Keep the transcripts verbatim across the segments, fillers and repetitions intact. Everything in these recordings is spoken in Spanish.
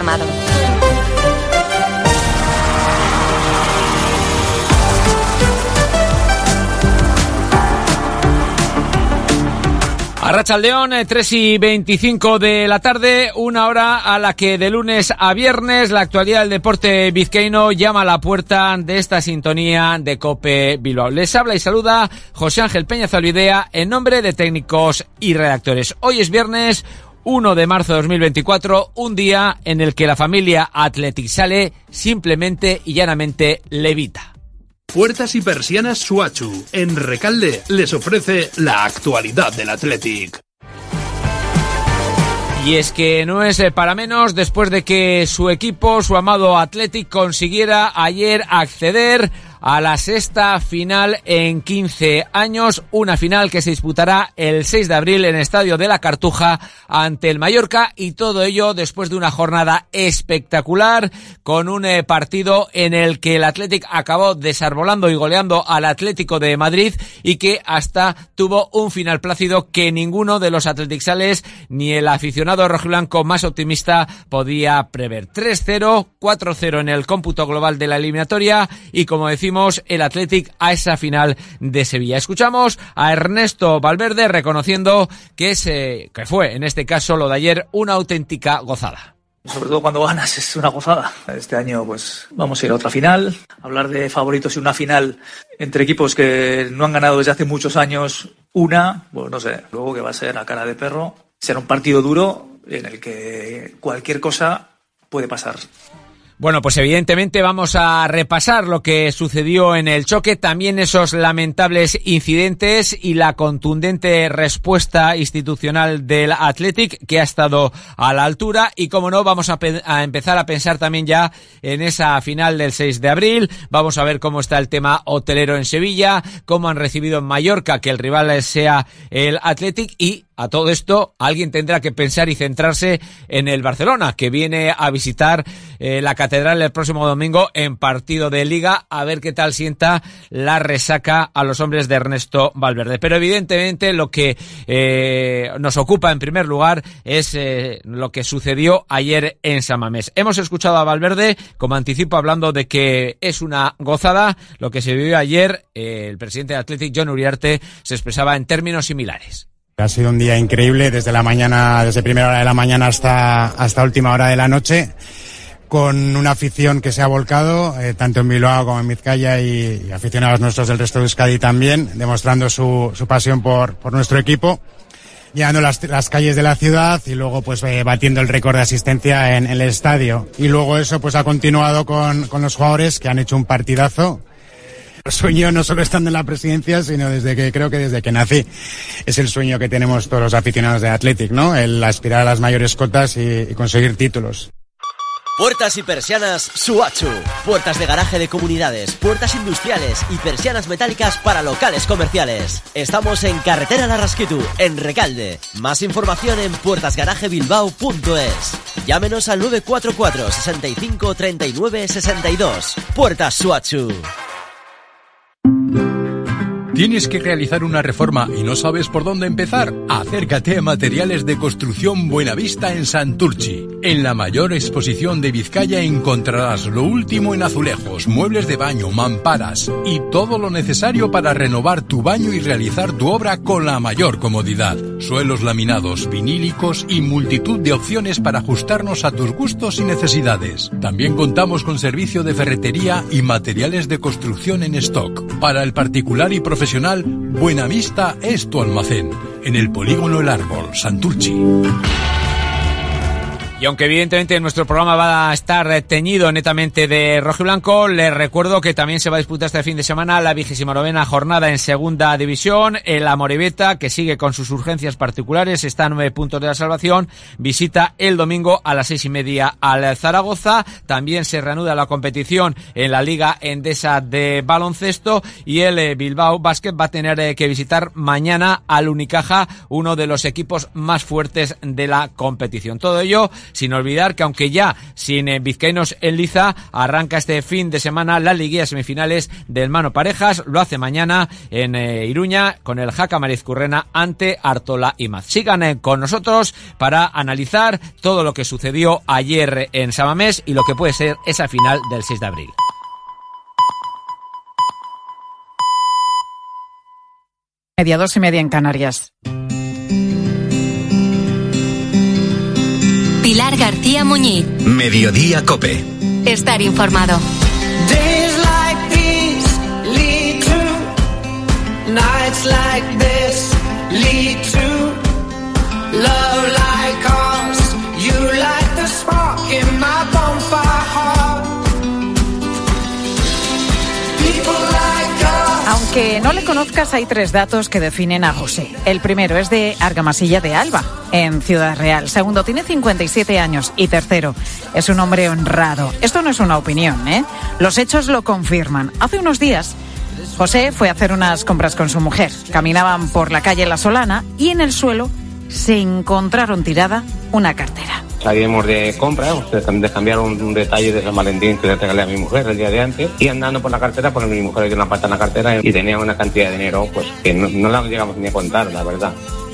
Amado. Arratsaldeón, tres y veinticinco de la tarde, una hora a la que de lunes a viernes la actualidad del deporte vizcaíno llama a la puerta de esta sintonía de COPE Bilbao. Les habla y saluda José Ángel Peña Zalbidea en nombre de técnicos y redactores. Hoy es viernes uno de marzo de dos mil veinticuatro, un día en el que la familia Athletic Sale simplemente y llanamente levita. Puertas y persianas Suachu, en Recalde, les ofrece la actualidad del Athletic. Y es que no es para menos después de que su equipo, su amado Athletic, consiguiera ayer acceder a la sexta final en quince años, una final que se disputará el seis de abril en el Estadio de la Cartuja ante el Mallorca, y todo ello después de una jornada espectacular con un eh, partido en el que el Athletic acabó desarbolando y goleando al Atlético de Madrid y que hasta tuvo un final plácido que ninguno de los athleticales ni el aficionado rojiblanco más optimista podía prever. tres cero, cuatro cero en el cómputo global de la eliminatoria y, como decimos, el Athletic a esa final de Sevilla. Escuchamos a Ernesto Valverde reconociendo que, es, eh, que fue, en este caso, lo de ayer, una auténtica gozada. Sobre todo cuando ganas es una gozada. Este año pues vamos a ir a otra final. Hablar de favoritos y una final entre equipos que no han ganado desde hace muchos años una, pues no sé, luego que va a ser a cara de perro. Será un partido duro en el que cualquier cosa puede pasar. Bueno, pues evidentemente vamos a repasar lo que sucedió en el choque, también esos lamentables incidentes y la contundente respuesta institucional del Athletic, que ha estado a la altura, y como no, vamos a, pe- a empezar a pensar también ya en esa final del seis de abril. Vamos a ver cómo está el tema hotelero en Sevilla, cómo han recibido en Mallorca que el rival sea el Athletic, y a todo esto alguien tendrá que pensar y centrarse en el Barcelona, que viene a visitar eh, la Catedral el próximo domingo en partido de Liga, a ver qué tal sienta la resaca a los hombres de Ernesto Valverde. Pero evidentemente lo que eh, nos ocupa en primer lugar es eh, lo que sucedió ayer en San Mamés. Hemos escuchado a Valverde, como anticipo, hablando de que es una gozada lo que se vivió ayer. Eh, el presidente de Athletic, Jon Uriarte, se expresaba en términos similares. Ha sido un día increíble desde la mañana, desde primera hora de la mañana hasta, hasta última hora de la noche, con una afición que se ha volcado, eh, tanto en Bilbao como en Vizcaya, y, y aficionados nuestros del resto de Euskadi también, demostrando su, su pasión por, por nuestro equipo, llenando las, las calles de la ciudad y luego pues eh, batiendo el récord de asistencia en, en el estadio. Y luego eso pues ha continuado con, con los jugadores, que han hecho un partidazo. El sueño, no solo estando en la presidencia, sino desde que creo que desde que nací, es el sueño que tenemos todos los aficionados de Athletic, ¿no? El aspirar a las mayores cotas y, y conseguir títulos. Puertas y persianas Suachu. Puertas de garaje de comunidades, puertas industriales y persianas metálicas para locales comerciales. Estamos en Carretera Larrasquitu, en Recalde. Más información en puertas garaje bilbao punto es. Llámenos al nueve cuatro cuatro, sesenta y cinco, treinta y nueve, sesenta y dos. Puertas Suachu. ¿Tienes que realizar una reforma y no sabes por dónde empezar? Acércate a Materiales de Construcción Buenavista en Santurchi. En la mayor exposición de Vizcaya encontrarás lo último en azulejos, muebles de baño, mamparas y todo lo necesario para renovar tu baño y realizar tu obra con la mayor comodidad. Suelos laminados, vinílicos y multitud de opciones para ajustarnos a tus gustos y necesidades. También contamos con servicio de ferretería y materiales de construcción en stock. Para el particular y profesional, Buenavista es tu almacén, en el Polígono El Árbol, Santurchi. Y aunque evidentemente nuestro programa va a estar teñido netamente de rojo y blanco, les recuerdo que también se va a disputar este fin de semana la vigésima novena jornada en segunda división. El Amorebieta, que sigue con sus urgencias particulares, está a nueve puntos de la salvación, visita el domingo a las seis y media al Zaragoza. También se reanuda la competición en la Liga Endesa de baloncesto, y el Bilbao Basket va a tener que visitar mañana al Unicaja, uno de los equipos más fuertes de la competición. Todo ello sin olvidar que aunque ya sin eh, vizcaínos en liza, arranca este fin de semana la liguilla semifinales del mano parejas. Lo hace mañana en eh, Iruña con el Jaca Marizcurrena ante Artola y Maz. Sigan eh, con nosotros para analizar todo lo que sucedió ayer en Samamés y lo que puede ser esa final del seis de abril. Media, dos y media en Canarias. Pilar García Muñiz. Mediodía COPE. Estar informado. Days like these lead to nights like this lead to love like ours. You like the spark in my bonfire heart. People like us. Aunque no le conozcas, hay tres datos que definen a José. El primero es de Argamasilla de Alba, en Ciudad Real. Segundo, tiene cincuenta y siete años. Y tercero, es un hombre honrado. Esto no es una opinión, ¿eh? Los hechos lo confirman. Hace unos días, José fue a hacer unas compras con su mujer. Caminaban por la calle La Solana y en el suelo se encontraron tirada una cartera. Salíamos de compra, de cambiar un, un detalle de San Valentín que le regalé a mi mujer el día de antes, y andando por la cartera, pues mi mujer dio una pata en la cartera y tenía una cantidad de dinero pues que no, no la llegamos ni a contar, la verdad.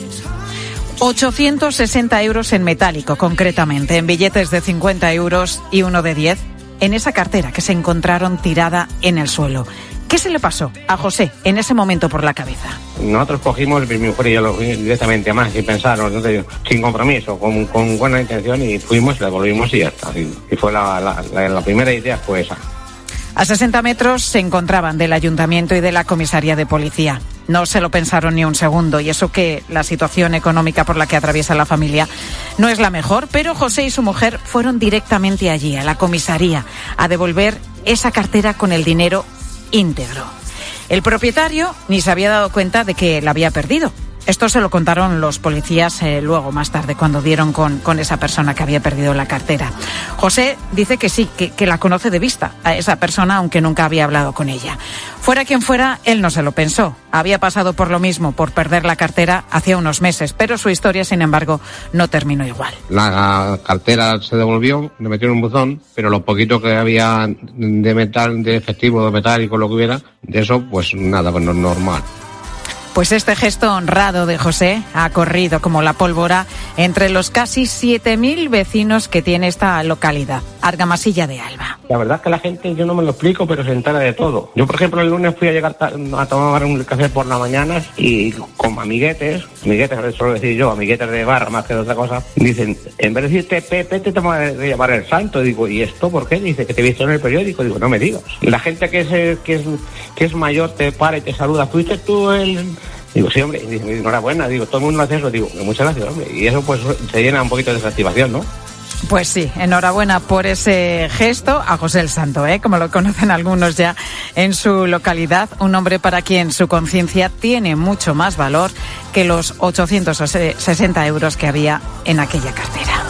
ochocientos sesenta euros en metálico, concretamente, en billetes de cincuenta euros y uno de diez, en esa cartera que se encontraron tirada en el suelo. ¿Qué se le pasó a José en ese momento por la cabeza? Nosotros cogimos, mi mujer y yo lo fuimos directamente, más sin pensar, ¿no? Sin compromiso, con, con buena intención, y fuimos, la devolvimos y ya está. Y, y fue la, la, la, la primera idea fue esa. A sesenta metros se encontraban del ayuntamiento y de la comisaría de policía. No se lo pensaron ni un segundo, y eso que la situación económica por la que atraviesa la familia no es la mejor, pero José y su mujer fueron directamente allí, a la comisaría, a devolver esa cartera con el dinero íntegro. El propietario ni se había dado cuenta de que la había perdido. Esto se lo contaron los policías eh, luego, más tarde, cuando dieron con, con esa persona que había perdido la cartera. José dice que sí, que, que la conoce de vista a esa persona, aunque nunca había hablado con ella. Fuera quien fuera, él no se lo pensó. Había pasado por lo mismo, por perder la cartera hacía unos meses, pero su historia, sin embargo, no terminó igual. La cartera se devolvió, le metió en un buzón, pero lo poquito que había de metal, de efectivo, de metálico, lo que hubiera, de eso, pues nada, pues no es normal. Pues este gesto honrado de José ha corrido como la pólvora entre los casi siete mil vecinos que tiene esta localidad, Argamasilla de Alba. La verdad es que la gente, yo no me lo explico, pero se entera de todo. Yo, por ejemplo, el lunes fui a llegar a tomar un café por la mañana y con amiguetes, amiguetes, suelo decir yo, amiguetes de barra más que de otra cosa, dicen, en vez de decirte Pepe, te tomas de llamar el santo. Digo, ¿y esto por qué? Dice, que te he visto en el periódico. Digo, no me digas. La gente que es, que es, que es mayor te para y te saluda. ¿Fuiste tú el...? Digo, sí, hombre, digo, enhorabuena, digo, todo el mundo hace eso, digo, muchas gracias, hombre, y eso pues se llena un poquito de satisfacción, ¿no? Pues sí, enhorabuena por ese gesto a José el Santo, ¿eh? Como lo conocen algunos ya en su localidad, un hombre para quien su conciencia tiene mucho más valor que los ochocientos sesenta euros que había en aquella cartera.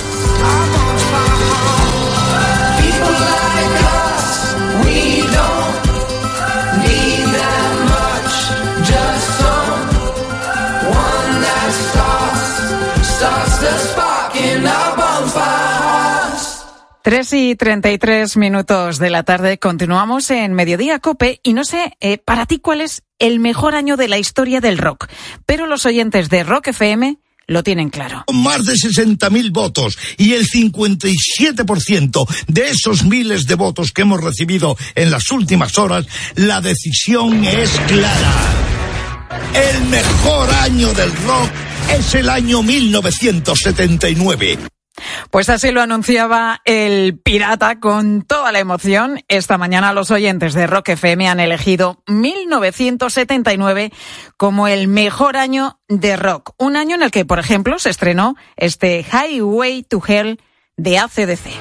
Tres y treinta y tres minutos de la tarde, continuamos en Mediodía COPE y no sé, eh, para ti, ¿cuál es el mejor año de la historia del rock? Pero los oyentes de Rock F M lo tienen claro. Con más de sesenta mil votos y el cincuenta y siete por ciento de esos miles de votos que hemos recibido en las últimas horas, la decisión es clara. El mejor año del rock es el año mil novecientos setenta y nueve. Pues así lo anunciaba el Pirata con toda la emoción. Esta mañana los oyentes de Rock F M han elegido mil novecientos setenta y nueve como el mejor año de rock. Un año en el que, por ejemplo, se estrenó este Highway to Hell de A C D C.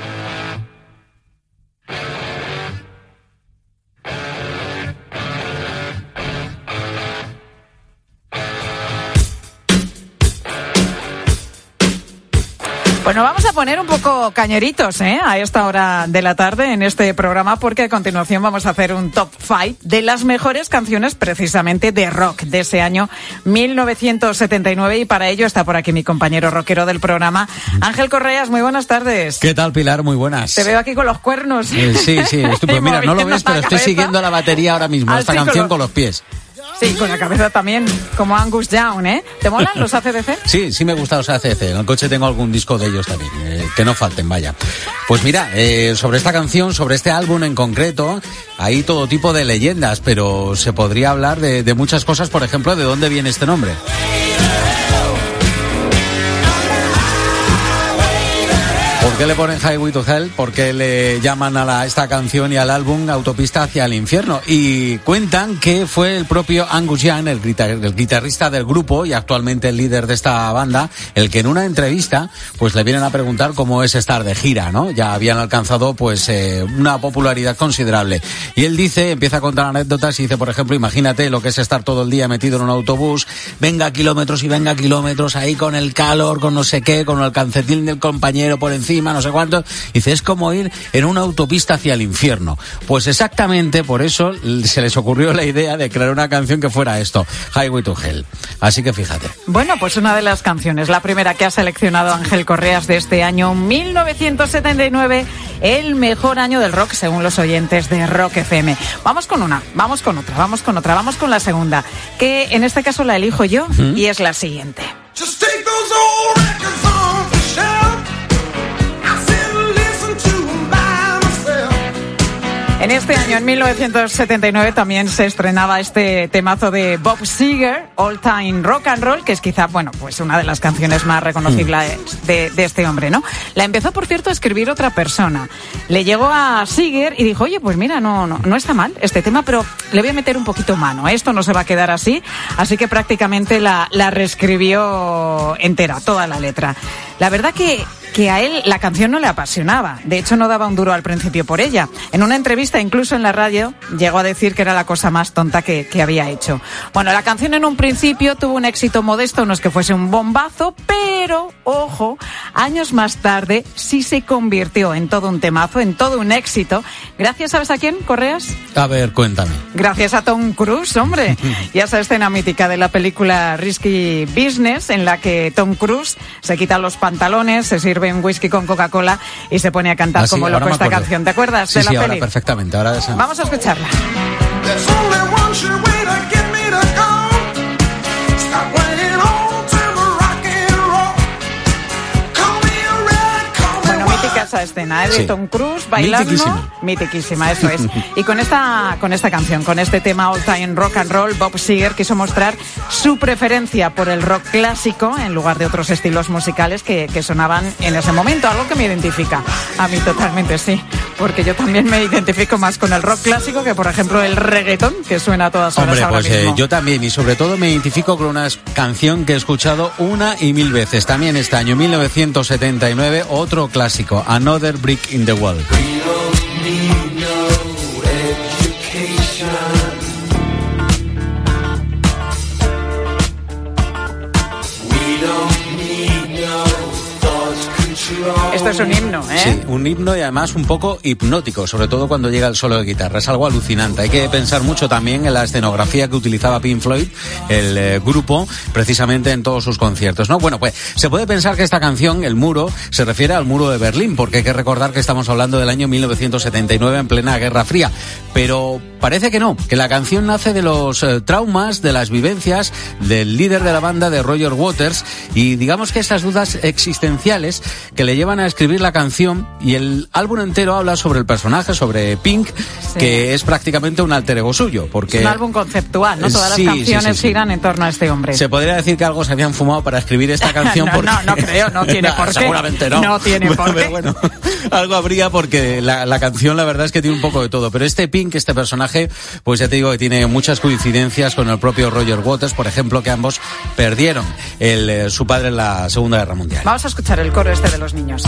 Bueno, vamos a poner un poco cañeritos ¿eh? a esta hora de la tarde en este programa, porque a continuación vamos a hacer un top cinco de las mejores canciones precisamente de rock de ese año mil novecientos setenta y nueve, y para ello está por aquí mi compañero rockero del programa, Ángel Correas. Muy buenas tardes. ¿Qué tal, Pilar? Muy buenas. Te veo aquí con los cuernos. Eh, sí, sí, estupendo. Mira, no lo ves, pero estoy siguiendo la batería ahora mismo, esta canción con los pies. Sí, con la cabeza también, como Angus Young, ¿eh? ¿Te molan los A C D C? Sí, sí me gustan los A C D C. En el coche tengo algún disco de ellos también, eh, que no falten, vaya. Pues mira, eh, sobre esta canción, sobre este álbum en concreto, hay todo tipo de leyendas, pero se podría hablar de, de muchas cosas, por ejemplo, de dónde viene este nombre. ¿Por qué le ponen Highway to Hell? ¿Por qué le llaman a la, esta canción y al álbum Autopista hacia el infierno? Y cuentan que fue el propio Angus Young, el, guitar, el guitarrista del grupo y actualmente el líder de esta banda, el que en una entrevista pues le vienen a preguntar cómo es estar de gira, ¿no? Ya habían alcanzado pues eh, una popularidad considerable. Y él dice, empieza a contar anécdotas y dice, por ejemplo, imagínate lo que es estar todo el día metido en un autobús, venga kilómetros y venga kilómetros ahí con el calor, con no sé qué, con el calcetín del compañero por encima, no sé cuánto. Dice, es como ir en una autopista hacia el infierno. Pues exactamente por eso se les ocurrió la idea de crear una canción que fuera esto, Highway to Hell. Así que fíjate. Bueno, pues una de las canciones, la primera que ha seleccionado Ángel Correas de este año mil novecientos setenta y nueve, el mejor año del rock según los oyentes de Rock F M. Vamos con una, vamos con otra, vamos con otra, vamos con la segunda, que en este caso la elijo yo, ¿Mm? y es la siguiente. Just take those old records off the shelf. En este año, en mil novecientos setenta y nueve, también se estrenaba este temazo de Bob Seger, All Time Rock and Roll, que es quizá, bueno, pues una de las canciones más reconocibles de, de este hombre, ¿no? La empezó, por cierto, a escribir otra persona. Le llegó a Seger y dijo, oye, pues mira, no, no, no está mal este tema, pero le voy a meter un poquito mano. Esto no se va a quedar así. Así que prácticamente la, la reescribió entera, toda la letra. La verdad que... que a él la canción no le apasionaba. De hecho, no daba un duro al principio por ella. En una entrevista, incluso en la radio, llegó a decir que era la cosa más tonta que, que había hecho. Bueno, la canción en un principio tuvo un éxito modesto, no es que fuese un bombazo, pero, ojo, años más tarde sí se convirtió en todo un temazo, en todo un éxito. Gracias, ¿sabes a quién, Correas? A ver, cuéntame. Gracias a Tom Cruise, hombre. Y a esa escena mítica de la película Risky Business, en la que Tom Cruise se quita los pantalones, se sirve un whisky con Coca-Cola y se pone a cantar ah, sí, como loco esta canción. ¿Te acuerdas sí, de la sí, peli? Ahora perfectamente. Ahora esa... Vamos a escucharla. Esa escena ¿eh? de sí. Tom Cruise bailando, mitiquísima. mitiquísima, eso es. Y con esta con esta canción, con este tema All Time Rock and Roll, Bob Seger quiso mostrar su preferencia por el rock clásico en lugar de otros estilos musicales que, que sonaban en ese momento, algo que me identifica a mí totalmente, sí, porque yo también me identifico más con el rock clásico que, por ejemplo, el reggaetón, que suena a todas horas. Hombre, ahora pues mismo. Eh, yo también, y sobre todo me identifico con una canción que he escuchado una y mil veces, también este año, mil novecientos setenta y nueve, otro clásico, Another Brick in the Wall. We don't need no education. We don't need no thought control. Esto es un himno, ¿eh? Sí, un himno y además un poco hipnótico, sobre todo cuando llega el solo de guitarra. Es algo alucinante. Hay que pensar mucho también en la escenografía que utilizaba Pink Floyd, el eh, grupo, precisamente en todos sus conciertos, ¿no? Bueno, pues se puede pensar que esta canción, El Muro, se refiere al muro de Berlín, porque hay que recordar que estamos hablando del año mil novecientos setenta y nueve en plena Guerra Fría. Pero parece que no, que la canción nace de los eh, traumas, de las vivencias del líder de la banda, de Roger Waters, y digamos que esas dudas existenciales que le llevan a escribir la canción, y el álbum entero habla sobre el personaje, sobre Pink, sí. que es prácticamente un alter ego suyo, porque... Es un álbum conceptual, ¿no? Todas sí, las canciones sí, sí, sí. giran en torno a este hombre. Se podría decir que algo se habían fumado para escribir esta canción no, porque... no, no creo, no tiene no, por qué. Seguramente no. No tiene por qué. Bueno, algo habría porque la, la canción la verdad es que tiene un poco de todo, pero este Pink, este personaje, pues ya te digo que tiene muchas coincidencias con el propio Roger Waters, por ejemplo, que ambos perdieron el, eh, su padre en la Segunda Guerra Mundial. Vamos a escuchar el coro este de los niños.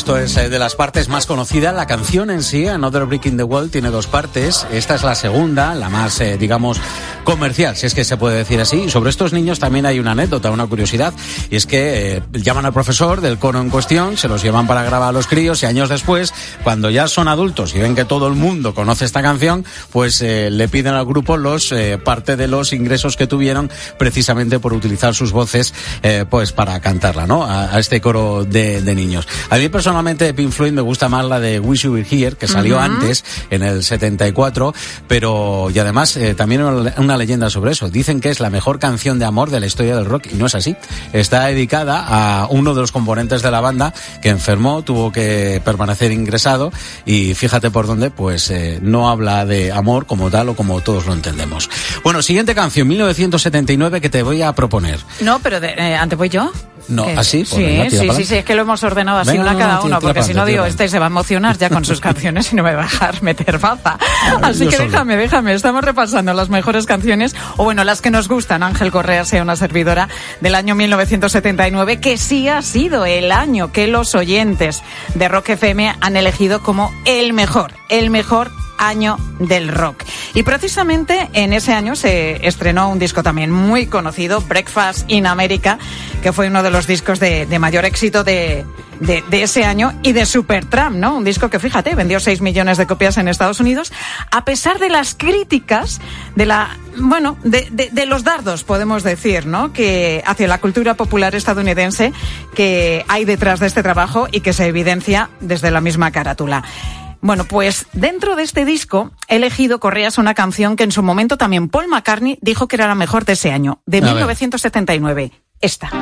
esto es de las partes más conocidas. La canción en sí, Another Brick in the Wall, tiene dos partes. Esta es la segunda, la más, eh, digamos, comercial, si es que se puede decir así. Y sobre estos niños también hay una anécdota, una curiosidad, y es que eh, llaman al profesor del coro en cuestión, se los llevan para grabar a los críos y años después, cuando ya son adultos y ven que todo el mundo conoce esta canción, pues eh, le piden al grupo los eh, parte de los ingresos que tuvieron precisamente por utilizar sus voces eh, pues para cantarla, ¿no? A, a este coro de, de niños. A mí personalmente de Pink Floyd me gusta más la de Wish You Were Here, que salió uh-huh. antes, en el setenta y cuatro, pero y además eh, también una, una leyenda sobre eso. Dicen que es la mejor canción de amor de la historia del rock y no es así. Está dedicada a uno de los componentes de la banda que enfermó, tuvo que permanecer ingresado y fíjate por dónde, pues eh, no habla de amor como tal o como todos lo entendemos. Bueno, siguiente canción, mil novecientos setenta y nueve, que te voy a proponer. No, pero de, eh, antes voy yo. No, ¿Qué? así. Sí, venga, sí, sí, sí, es que lo hemos ordenado así, venga, una no, cada no, uno, porque parte, si no digo, este se va a emocionar ya con sus canciones y no me va a dejar meter baza. Así que solo. déjame, déjame, estamos repasando las mejores canciones, o bueno, las que nos gustan. Ángel Correa, sea una servidora, del año mil novecientos setenta y nueve, que sí ha sido el año que los oyentes de Rock F M han elegido como el mejor, el mejor año del rock. Y precisamente en ese año se estrenó un disco también muy conocido, Breakfast in America, que fue uno de los discos de, de mayor éxito de, de, de ese año, y de Supertramp, ¿no? Un disco que, fíjate, vendió seis millones de copias en Estados Unidos, a pesar de las críticas de la, bueno, de, de, de los dardos, podemos decir, ¿no? Que hacia la cultura popular estadounidense que hay detrás de este trabajo y que se evidencia desde la misma carátula. Bueno, pues dentro de este disco he elegido, Correas, una canción que en su momento también Paul McCartney dijo que era la mejor de ese año, de mil novecientos setenta y nueve. Esta.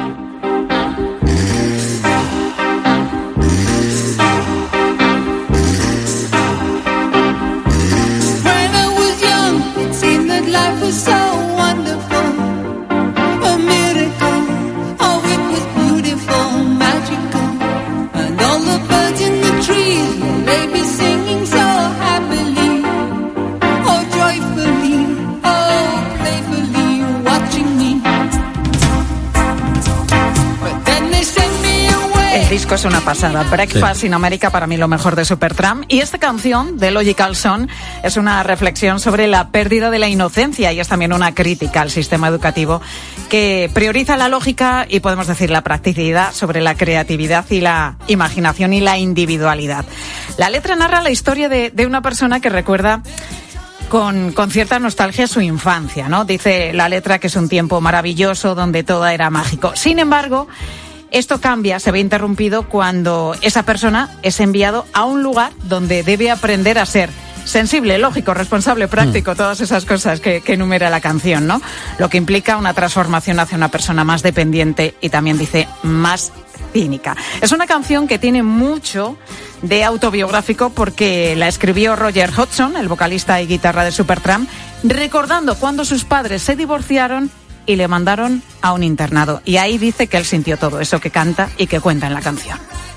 El disco es una pasada. Breakfast sí. in America, para mí lo mejor de Supertramp. Y esta canción de Logical Song es una reflexión sobre la pérdida de la inocencia y es también una crítica al sistema educativo que prioriza la lógica y, podemos decir, la practicidad sobre la creatividad y la imaginación y la individualidad. La letra narra la historia de, de una persona que recuerda Con, con cierta nostalgia su infancia, ¿no? Dice la letra que es un tiempo maravilloso donde todo era mágico. Sin embargo, esto cambia, se ve interrumpido cuando esa persona es enviado a un lugar donde debe aprender a ser sensible, lógico, responsable, práctico, mm. todas esas cosas que, que enumera la canción, ¿no? Lo que implica una transformación hacia una persona más dependiente y también dice más cínica. Es una canción que tiene mucho de autobiográfico porque la escribió Roger Hodgson, el vocalista y guitarra de Supertramp, recordando cuando sus padres se divorciaron y le mandaron a un internado. Y ahí dice que él sintió todo eso que canta y que cuenta en la canción.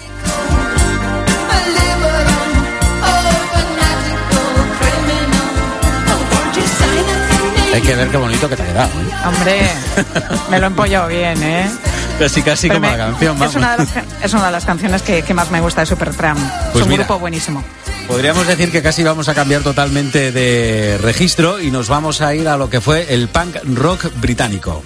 Hay que ver qué bonito que te ha quedado, ¿eh? Hombre, me lo he empollado bien, ¿eh? Casi, casi Pero como me, la canción, vamos. Es una de las, es una de las canciones que, que más me gusta de Supertramp. Pues es un mira, grupo buenísimo. Podríamos decir que casi vamos a cambiar totalmente de registro y nos vamos a ir a lo que fue el punk rock británico.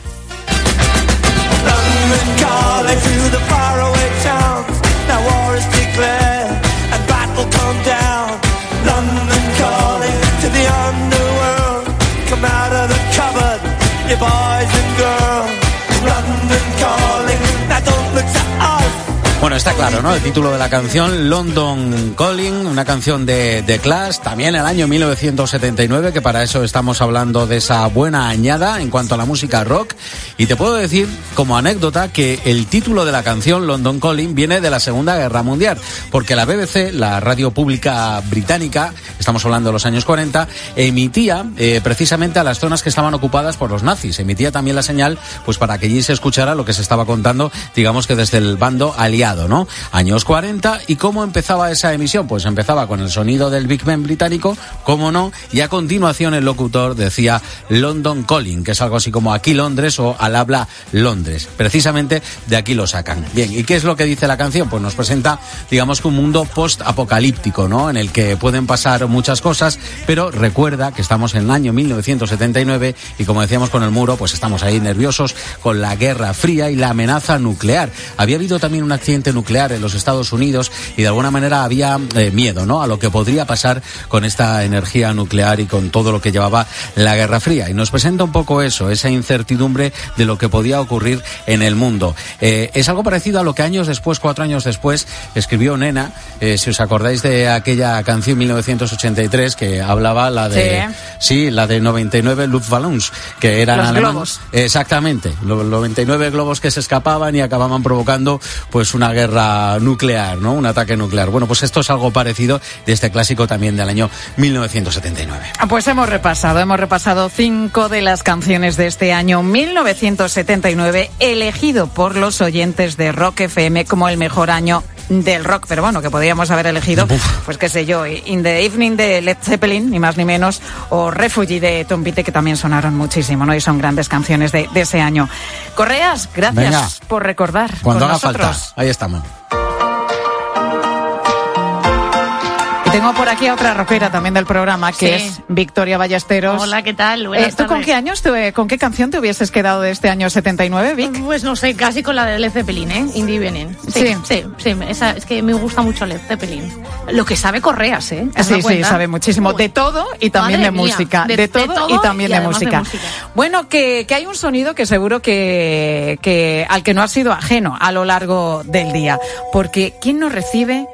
Bueno, está claro, ¿no? El título de la canción, London Calling, una canción de The Clash, también el año mil novecientos setenta y nueve, que para eso estamos hablando de esa buena añada en cuanto a la música rock. Y te puedo decir, como anécdota, que el título de la canción, London Calling, viene de la Segunda Guerra Mundial, porque la B B C, la radio pública británica, estamos hablando de los años cuarenta, emitía eh, precisamente a las zonas que estaban ocupadas por los nazis. Emitía también la señal, pues para que allí se escuchara lo que se estaba contando, digamos que desde el bando aliado. inesperado, ¿no? Años cuarenta, ¿y cómo empezaba esa emisión? Pues empezaba con el sonido del Big Ben británico, cómo no, y a continuación el locutor decía London Calling, que es algo así como aquí Londres o al habla Londres. Precisamente de aquí lo sacan. Bien, ¿y qué es lo que dice la canción? Pues nos presenta, digamos que un mundo post-apocalíptico, ¿no? En el que pueden pasar muchas cosas, pero recuerda que estamos en el año mil novecientos setenta y nueve y, como decíamos con el muro, pues estamos ahí nerviosos con la Guerra Fría y la amenaza nuclear. Había habido también un accidente nuclear en los Estados Unidos y de alguna manera había eh, miedo, ¿no? A lo que podría pasar con esta energía nuclear y con todo lo que llevaba la Guerra Fría. Y nos presenta un poco eso, esa incertidumbre de lo que podía ocurrir en el mundo. Eh, es algo parecido a lo que años después, cuatro años después, escribió Nena, eh, si os acordáis de aquella canción mil novecientos ochenta y tres que hablaba la de sí, sí la de noventa y nueve Luftballons, que eran los alemanes. Globos. Exactamente, los noventa y nueve globos que se escapaban y acababan provocando pues una guerra nuclear, ¿no? Un ataque nuclear. Bueno, pues esto es algo parecido de este clásico también del año mil novecientos setenta y nueve. Pues hemos repasado, hemos repasado cinco de las canciones de este año mil novecientos setenta y nueve, elegido por los oyentes de Rock F M como el mejor año del rock, pero bueno, que podríamos haber elegido, Uf. pues qué sé yo, In the Evening de Led Zeppelin, ni más ni menos, o Refugee de Tom Petty, que también sonaron muchísimo, ¿no? Y son grandes canciones de, de ese año. Correas, gracias Venga. por recordar Cuando con haga nosotros. falta, ahí estamos. Y tengo por aquí a otra rockera también del programa, que sí. es Victoria Ballesteros. Hola, ¿qué tal? Buenas eh, ¿Tú con tardes. qué años, te, con qué canción te hubieses quedado de este año setenta y nueve, Vic? Pues no sé, casi con la de Led Zeppelin, ¿eh? In the Evening. Sí, sí, sí, sí esa, es que me gusta mucho Led Zeppelin. Lo que sabe Correas, ¿eh? Sí, sí, sabe muchísimo. De todo y también de música. De, de, todo de todo y también y de, música. de música. Bueno, que, que hay un sonido que seguro que, que al que no has sido ajeno a lo largo del día. Porque ¿quién nos recibe?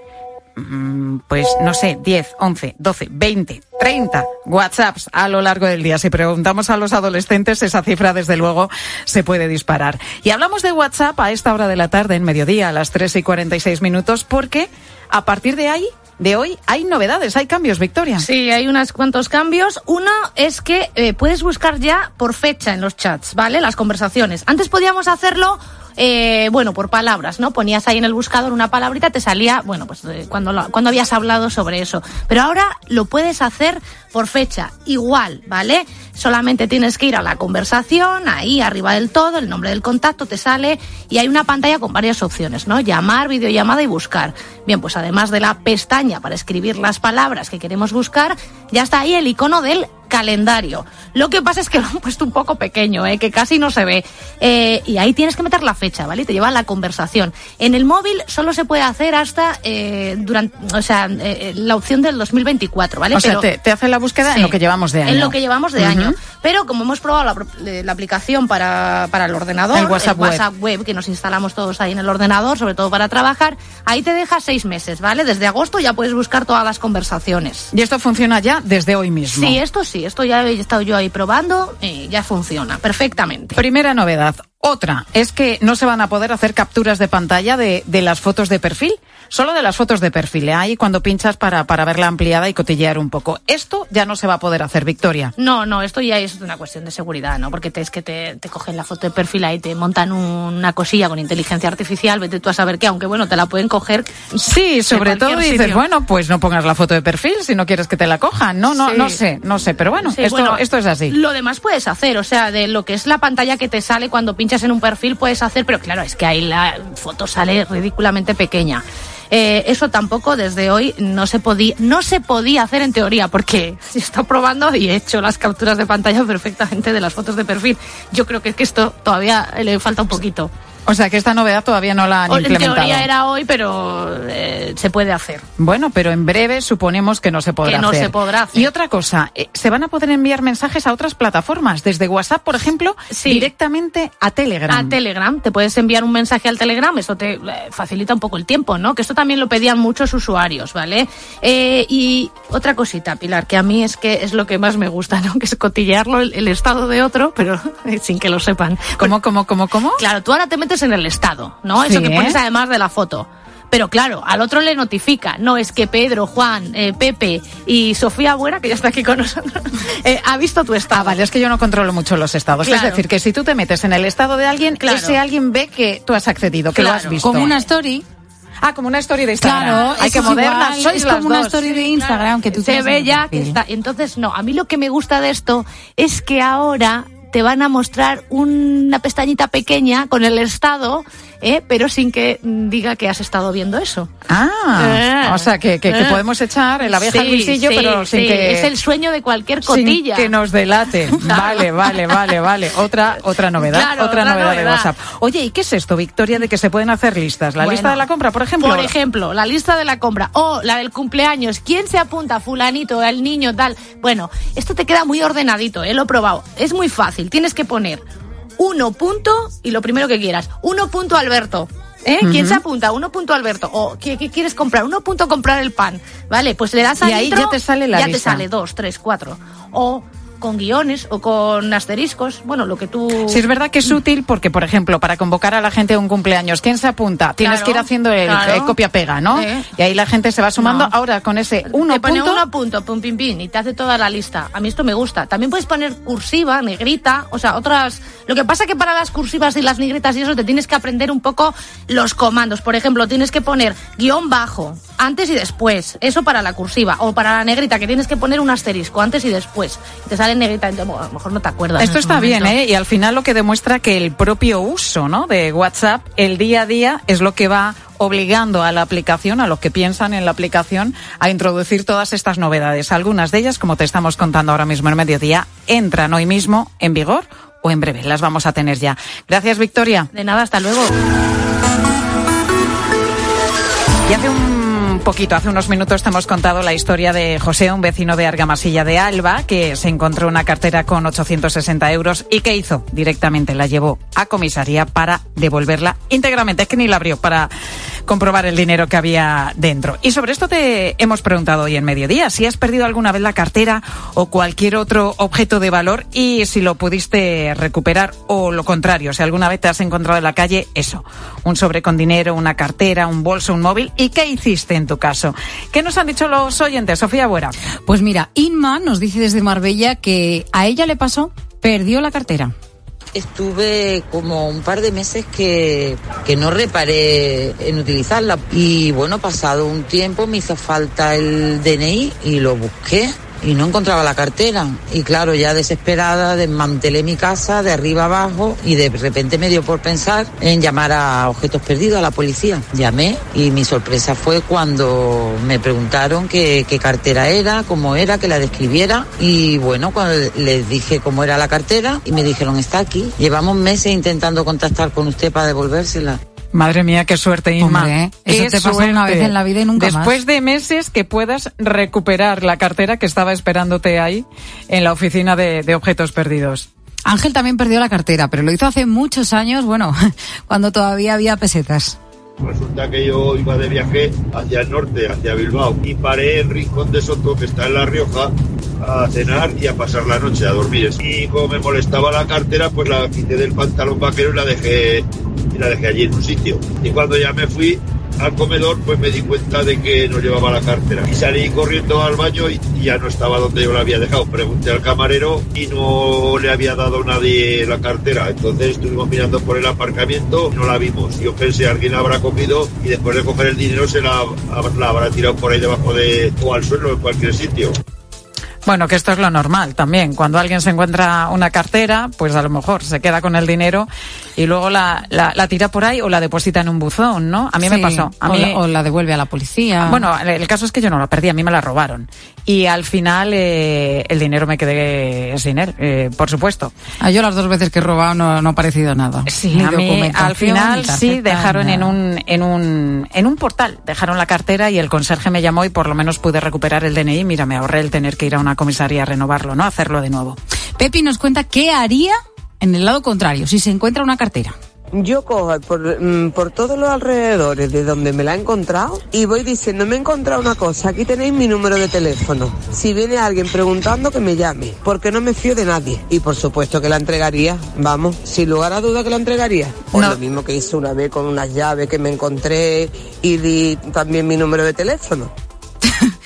Pues no sé, diez, once, doce, veinte, treinta WhatsApps a lo largo del día. Si preguntamos a los adolescentes, esa cifra desde luego se puede disparar. Y hablamos de WhatsApp a esta hora de la tarde, en mediodía, a las tres y cuarenta y seis minutos, porque a partir de ahí, de hoy, hay novedades, hay cambios, Victoria. Sí, hay unos cuantos cambios. Uno es que eh, puedes buscar ya por fecha en los chats, ¿vale? Las conversaciones. Antes podíamos hacerlo Eh, bueno, por palabras, ¿no? Ponías ahí en el buscador una palabrita, te salía, bueno, pues eh, cuando, lo, cuando habías hablado sobre eso. Pero ahora lo puedes hacer por fecha, igual, ¿vale? Solamente tienes que ir a la conversación, ahí arriba del todo, el nombre del contacto te sale y hay una pantalla con varias opciones, ¿no? Llamar, videollamada y buscar. Bien, pues además de la pestaña para escribir las palabras que queremos buscar, ya está ahí el icono del calendario. Lo que pasa es que lo han puesto un poco pequeño, ¿eh? Que casi no se ve. Eh, y ahí tienes que meter la fecha, ¿vale? Y te lleva a la conversación. En el móvil solo se puede hacer hasta eh, durante, o sea, eh, la opción del dos mil veinticuatro, ¿vale? O Pero, sea, te, te hace la búsqueda sí, en lo que llevamos de año. En lo que llevamos de uh-huh. año. Pero como hemos probado la, la aplicación para, para el ordenador, el WhatsApp, el WhatsApp web. web, que nos instalamos todos ahí en el ordenador, sobre todo para trabajar, ahí te deja seis meses, ¿vale? Desde agosto ya puedes buscar todas las conversaciones. Y esto funciona ya desde hoy mismo. Sí, esto sí, esto ya he estado yo ahí probando y ya funciona perfectamente. Primera novedad. Otra es que no se van a poder hacer capturas de pantalla de, de las fotos de perfil, solo de las fotos de perfil. Ahí cuando pinchas para, para verla ampliada y cotillear un poco. Esto ya no se va a poder hacer, Victoria. No, no, esto ya es una cuestión de seguridad, ¿no? Porque te, es que te, te cogen la foto de perfil ahí, te montan una cosilla con inteligencia artificial, vete tú a saber qué, aunque bueno, te la pueden coger. Sí, sobre todo dices, sitio. Bueno, pues no pongas la foto de perfil si no quieres que te la cojan. No, no, sí. no sé, no sé, pero bueno, sí, esto, bueno, esto es así. Lo demás puedes hacer, o sea, de lo que es la pantalla que te sale cuando pinchas en un perfil, puedes hacer, pero claro, es que ahí la foto sale ridículamente pequeña. Eh, eso tampoco desde hoy no se podía, no se podía hacer en teoría, porque se está probando y he hecho las capturas de pantalla perfectamente de las fotos de perfil. Yo creo que es que esto todavía le falta un poquito. O sea, que esta novedad todavía no la han o, implementado. En teoría era hoy, pero eh, se puede hacer. Bueno, pero en breve suponemos que no se podrá que no hacer. se podrá hacer. Y otra cosa, eh, ¿se van a poder enviar mensajes a otras plataformas? Desde WhatsApp, por ejemplo, sí. directamente a Telegram. A Telegram. Te puedes enviar un mensaje al Telegram. Eso te eh, facilita un poco el tiempo, ¿no? Que esto también lo pedían muchos usuarios, ¿vale? Eh, y otra cosita, Pilar, que a mí es que es lo que más me gusta, ¿no? Que es cotillearlo el, el estado de otro, pero sin que lo sepan. ¿Cómo, cómo, cómo, cómo? Claro, tú ahora te metes en el estado, ¿no? Eso sí, que pones además de la foto. Pero claro, al otro le notifica, no es que Pedro, Juan, eh, Pepe y Sofía Buena, que ya está aquí con nosotros, eh, ha visto tu estado. Ah, vale, es que yo no controlo mucho los estados. Claro. Es decir, que si tú te metes en el estado de alguien, claro. ese alguien ve que tú has accedido, que claro. lo has visto. Como una story. Ah, como una story de Instagram. Claro, hay que es modernas, igual, sois es las como una dos. story de Instagram que tú se ve ya que está. Entonces, no, a mí lo que me gusta de esto es que ahora te van a mostrar una pestañita pequeña con el estado, ¿eh? Pero sin que diga que has estado viendo eso. Ah, eh, o sea, que, que, que podemos echar la vieja sí, al visillo, sí, pero sin sí, que... es el sueño de cualquier cotilla. Sin que nos delate. Vale, vale, vale, vale. Otra, otra novedad, claro, otra, otra novedad, novedad de WhatsApp. Oye, ¿y qué es esto, Victoria, de que se pueden hacer listas? ¿La Bueno, lista de la compra, por ejemplo? Por ejemplo, la lista de la compra o la del cumpleaños. ¿Quién se apunta? Fulanito, el niño, tal. Bueno, esto te queda muy ordenadito, ¿eh? Lo he probado. Es muy fácil. Tienes que poner uno punto y lo primero que quieras. Uno punto Alberto. ¿Eh? Uh-huh. ¿Quién se apunta? Uno punto Alberto. O ¿qué, ¿qué quieres comprar? Uno punto comprar el pan. Vale, pues le das a y ahí intro, ya te sale la ya lista. te sale dos, tres, cuatro. O con guiones o con asteriscos, bueno, lo que tú... Sí, es verdad que es útil porque, por ejemplo, para convocar a la gente a un cumpleaños, ¿quién se apunta? Tienes Claro, que ir haciendo el claro. eh, copia-pega, ¿no? Eh. Y ahí la gente se va sumando. No. Ahora, con ese uno te pone punto... uno punto, pum, pim, pim, y te hace toda la lista. A mí esto me gusta. También puedes poner cursiva, negrita, o sea, otras... Lo que pasa que para las cursivas y las negritas y eso te tienes que aprender un poco los comandos. Por ejemplo, tienes que poner guión bajo, antes y después. Eso para la cursiva. O para la negrita, que tienes que poner un asterisco, antes y después. Y te sale negrita, entonces, a lo mejor no te acuerdas. Esto está momento. bien, ¿eh? Y al final lo que demuestra que el propio uso, ¿no?, de WhatsApp, el día a día, es lo que va obligando a la aplicación, a los que piensan en la aplicación, a introducir todas estas novedades. Algunas de ellas, como te estamos contando ahora mismo en Mediodía, entran hoy mismo en vigor o en breve. Las vamos a tener ya. Gracias, Victoria. De nada, hasta luego. Y hace un poquito, hace unos minutos te hemos contado la historia de José, un vecino de Argamasilla de Alba, que se encontró una cartera con ochocientos sesenta euros y ¿qué hizo? Directamente la llevó a comisaría para devolverla íntegramente. Es que ni la abrió para comprobar el dinero que había dentro. Y sobre esto te hemos preguntado hoy en Mediodía, si has perdido alguna vez la cartera o cualquier otro objeto de valor y si lo pudiste recuperar o lo contrario, si alguna vez te has encontrado en la calle eso, un sobre con dinero, una cartera, un bolso, un móvil, ¿y qué hiciste en tu caso? ¿Qué nos han dicho los oyentes, Sofía Buera? Pues mira, Inma nos dice desde Marbella que a ella le pasó, perdió la cartera. Estuve como un par de meses que, que no reparé en utilizarla y bueno, pasado un tiempo me hizo falta el D N I y lo busqué y no encontraba la cartera y claro, ya desesperada desmantelé mi casa de arriba abajo y de repente me dio por pensar en llamar a Objetos Perdidos, a la policía. Llamé y mi sorpresa fue cuando me preguntaron qué, qué cartera era, cómo era, que la describiera y bueno, cuando les dije cómo era la cartera y me dijeron está aquí. Llevamos meses intentando contactar con usted para devolvérsela. Madre mía, qué suerte, Inma. Hombre, eso qué te pasa suerte. una vez en la vida y nunca Después más. Después de meses que puedas recuperar la cartera que estaba esperándote ahí en la oficina de, de Objetos Perdidos. Ángel también perdió la cartera, pero lo hizo hace muchos años, bueno, cuando todavía había pesetas. Resulta que yo iba de viaje hacia el norte, hacia Bilbao, y paré en Rincón de Soto, que está en La Rioja, a cenar y a pasar la noche, a dormir. Y como me molestaba la cartera, pues la quité del pantalón vaquero y la dejé, y la dejé allí en un sitio. Y cuando ya me fui al comedor, pues me di cuenta de que no llevaba la cartera. Y salí corriendo al baño y, y ya no estaba donde yo la había dejado. Pregunté al camarero y no le había dado nadie la cartera. Entonces estuvimos mirando por el aparcamiento y no la vimos. Yo pensé, alguien la habrá cogido y después de coger el dinero se la, la habrá tirado por ahí debajo de, o al suelo, en cualquier sitio. Bueno, que esto es lo normal también. Cuando alguien se encuentra una cartera, pues a lo mejor se queda con el dinero y luego la, la, la tira por ahí o la deposita en un buzón, ¿no? A mí Sí, me pasó. A o, mí, la, o la devuelve a la policía. Bueno, el caso es que yo no la perdí, a mí me la robaron. Y al final eh, el dinero me quedé sin él, eh, por supuesto. A yo las dos veces que he robado no, no ha parecido nada. Sí, Ni a mí documentación, al final ni tarjeta, sí dejaron nada. en un, en un en un portal, dejaron la cartera y el conserje me llamó y por lo menos pude recuperar el D N I. Mira, me ahorré el tener que ir a una comisaría a renovarlo, ¿no? Hacerlo de nuevo. Pepi nos cuenta qué haría en el lado contrario si se encuentra una cartera. Yo cojo por, por todos los alrededores de donde me la he encontrado y voy diciendo, me he encontrado una cosa, aquí tenéis mi número de teléfono. Si viene alguien preguntando, que me llame, porque no me fío de nadie. Y por supuesto que la entregaría, vamos, sin lugar a duda que la entregaría. O No. lo mismo que hice una vez con unas llaves que me encontré y di también mi número de teléfono.